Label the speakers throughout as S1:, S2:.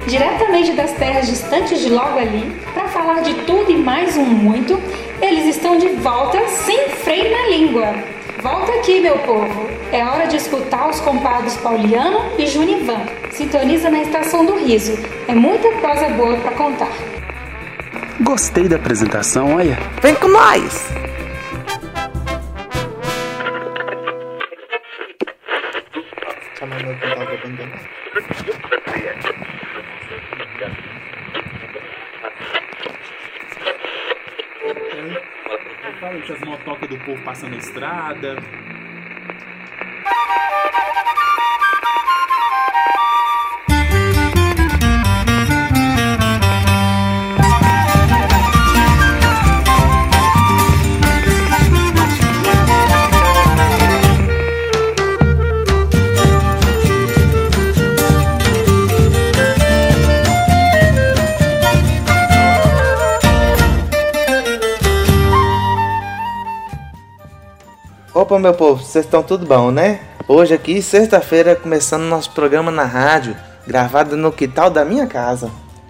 S1: Diretamente das terras distantes de logo ali, para falar de tudo e mais um muito, eles estão de volta sem freio na língua. Volta aqui, meu povo. É hora de escutar os compadres Pauliano e Junivan. Sintoniza na Estação do Riso. É muita prosa boa para contar.
S2: Gostei da apresentação, olha.
S3: Vem com nós!
S4: As motocas do povo passando na estrada.
S3: Opa, meu povo, vocês estão tudo bom, né? Hoje aqui, sexta-feira, começando nosso programa na rádio, gravado no quintal da minha casa.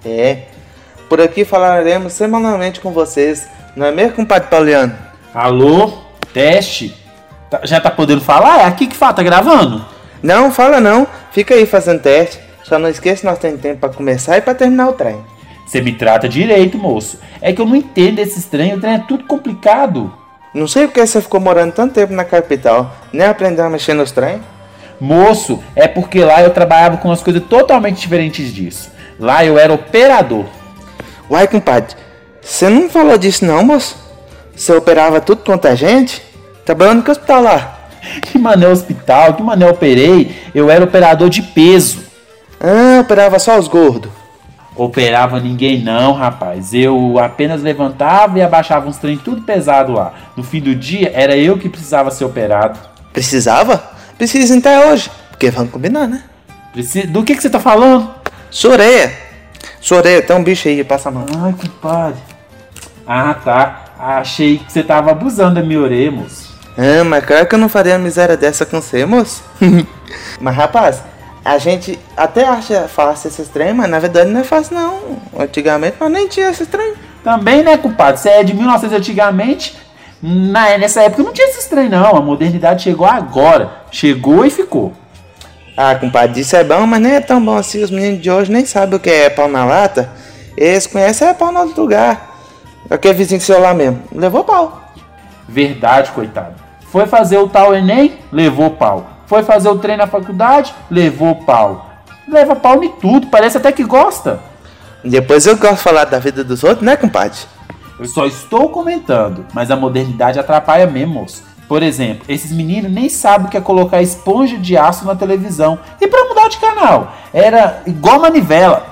S3: Por aqui falaremos semanalmente com vocês, não é mesmo, compadre Pauliano?
S4: Alô? Teste? Já tá podendo falar? É aqui que fala, tá gravando?
S3: Não, fala não, fica aí fazendo teste. Só não esqueça que nós temos tempo pra começar e pra terminar o trem.
S4: Você me trata direito, moço. É que eu não entendo esses trem, o trem é tudo complicado.
S3: Não sei porque você ficou morando tanto tempo na capital, nem aprendeu a mexer nos trem.
S4: Moço, é porque lá eu trabalhava com umas coisas totalmente diferentes disso. Lá eu era operador.
S3: Uai, compadre, você não falou disso não, moço? Você operava tudo quanto é gente? Trabalhando no hospital lá.
S4: Que mané hospital, que mané operei? Eu era operador de peso.
S3: Ah, operava só os gordos.
S4: Operava ninguém não, rapaz. Eu apenas levantava e abaixava uns trem tudo pesado lá. No fim do dia, era eu que precisava ser operado.
S3: Precisava? Precisa até hoje. Porque vamos combinar, né?
S4: Do que você tá falando?
S3: Soreia, tem um bicho aí, passa a mão.
S4: Ai, compadre. Ah, tá. Achei que você tava abusando da minha orelha, moço.
S3: Ah, mas claro que eu não faria uma miséria dessa com você, moço. Mas, rapaz, a gente até acha fácil esses trem, mas na verdade não é fácil não. Antigamente nós nem tinha esses trem.
S4: Também, né, compadre? Você é de 1900 antigamente. Nessa época não tinha esses trem não. A modernidade chegou agora. Chegou e ficou.
S3: Ah, compadre, isso é bom, mas nem é tão bom assim. Os meninos de hoje nem sabem o que é pau na lata. Eles conhecem pau no outro lugar. Aquele vizinho seu lá mesmo, levou pau.
S4: Verdade, coitado. Foi fazer o tal Enem, levou pau. Foi fazer o trem na faculdade, levou pau. Leva pau em tudo, parece até que gosta.
S3: Depois eu gosto de falar da vida dos outros, né, compadre?
S4: Eu só estou comentando, mas a modernidade atrapalha mesmo, moço. Por exemplo, esses meninos nem sabem o que é colocar esponja de aço na televisão. E pra mudar de canal? Era igual manivela.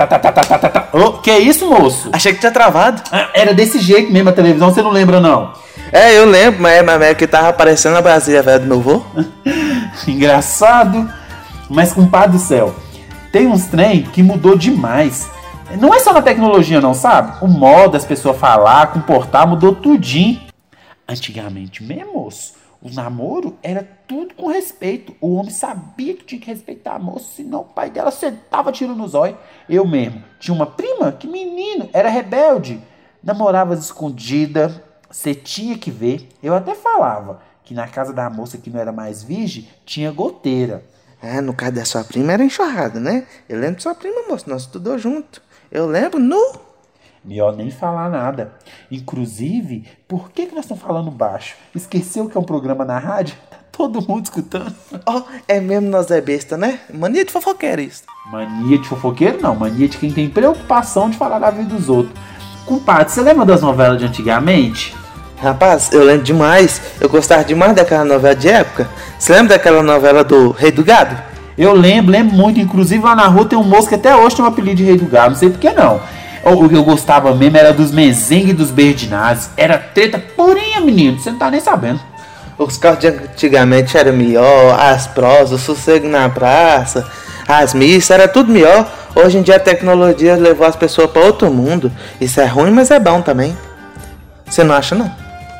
S4: Oh, que é isso, moço?
S3: Achei que tinha travado.
S4: Era desse jeito mesmo a televisão, você não lembra, não?
S3: É, eu lembro, mas é que tava aparecendo a Brasília velha do meu avô.
S4: Engraçado. Mas, compadre do céu, tem uns trem que mudou demais. Não é só na tecnologia, não, sabe? O modo das pessoas falar, comportar, mudou tudinho. Antigamente mesmo, moço, o namoro era tudo com respeito. O homem sabia que tinha que respeitar a moça, senão o pai dela sentava tiro no zóio. Eu mesmo tinha uma prima que, menino, era rebelde. Namorava escondida, você tinha que ver. Eu até falava que na casa da moça que não era mais virgem, tinha goteira.
S3: Ah, no caso da sua prima era enxurrada, né? Eu lembro de sua prima, moço, nós estudamos junto. Eu lembro, nu.
S4: Melhor nem falar nada. Inclusive, por que nós estamos falando baixo? Esqueceu que é um programa na rádio? Tá todo mundo escutando.
S3: Oh, é mesmo nós é besta, né? Mania de fofoqueiro isso.
S4: Mania de fofoqueiro não, mania de quem tem preocupação de falar da vida dos outros. Compadre, você lembra das novelas de antigamente?
S3: Rapaz, eu lembro demais. Eu gostava demais daquela novela de época. Você lembra daquela novela do Rei do Gado?
S4: Eu lembro muito. Inclusive lá na rua tem um moço que até hoje tem um apelido de Rei do Gado. Não sei por que não. O que eu gostava mesmo era dos mezengues e dos berdinazes. Era treta purinha, menino. Você não tá nem sabendo.
S3: Os carros de antigamente eram melhor. As prosas, o sossego na praça, as missas, era tudo melhor. Hoje em dia a tecnologia levou as pessoas para outro mundo. Isso é ruim, mas é bom também. Você não acha, não?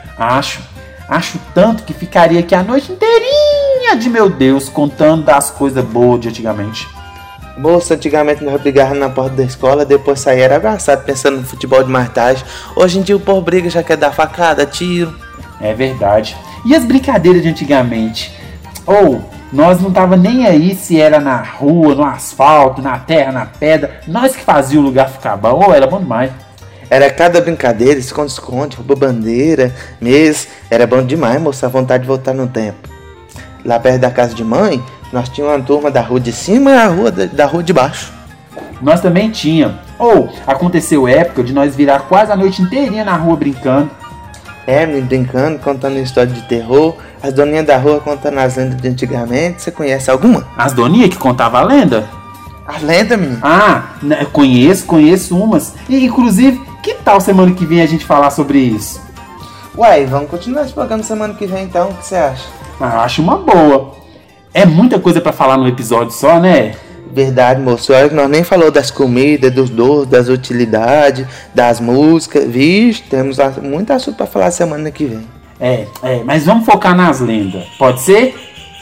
S4: Acho tanto que ficaria aqui a noite inteirinha de meu Deus contando das coisas boas de antigamente.
S3: Moço, antigamente nós brigávamos na porta da escola, depois saía era abraçado pensando no futebol de mais tarde. Hoje em dia o povo briga, já quer dar facada, tiro.
S4: É verdade. E as brincadeiras de antigamente? Nós não tava nem aí se era na rua, no asfalto, na terra, na pedra. Nós que fazia o lugar ficar bom. Era bom demais.
S3: Era cada brincadeira, esconde-esconde, rouba bandeira, mês. Era bom demais, moço, a vontade de voltar no tempo. Lá perto da casa de mãe, nós tínhamos uma turma da rua de cima e a rua da rua de baixo.
S4: Nós também tinha. Aconteceu época de nós virar quase a noite inteirinha na rua brincando.
S3: Menino, brincando, contando história de terror. As doninhas da rua contando as lendas de antigamente. Você conhece alguma?
S4: As doninhas que contavam a lenda?
S3: A lenda, menino?
S4: Conheço umas. E, inclusive, que tal semana que vem a gente falar sobre isso?
S3: Uai, vamos continuar esse programa semana que vem então, o que você acha?
S4: Acho uma boa. É muita coisa pra falar num episódio só, né?
S3: Verdade, moço. Olha que nós nem falou das comidas, dos doces, das utilidades, das músicas. Vixe, temos muito assunto pra falar semana que vem.
S4: Mas vamos focar nas lendas. Pode ser?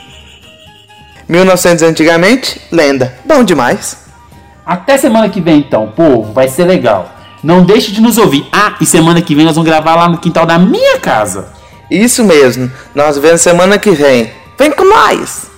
S3: 1900 antigamente, lenda. Bom demais.
S4: Até semana que vem então, povo. Vai ser legal. Não deixe de nos ouvir. E semana que vem nós vamos gravar lá no quintal da minha casa.
S3: Isso mesmo. Nós vemos semana que vem. Vem com nós!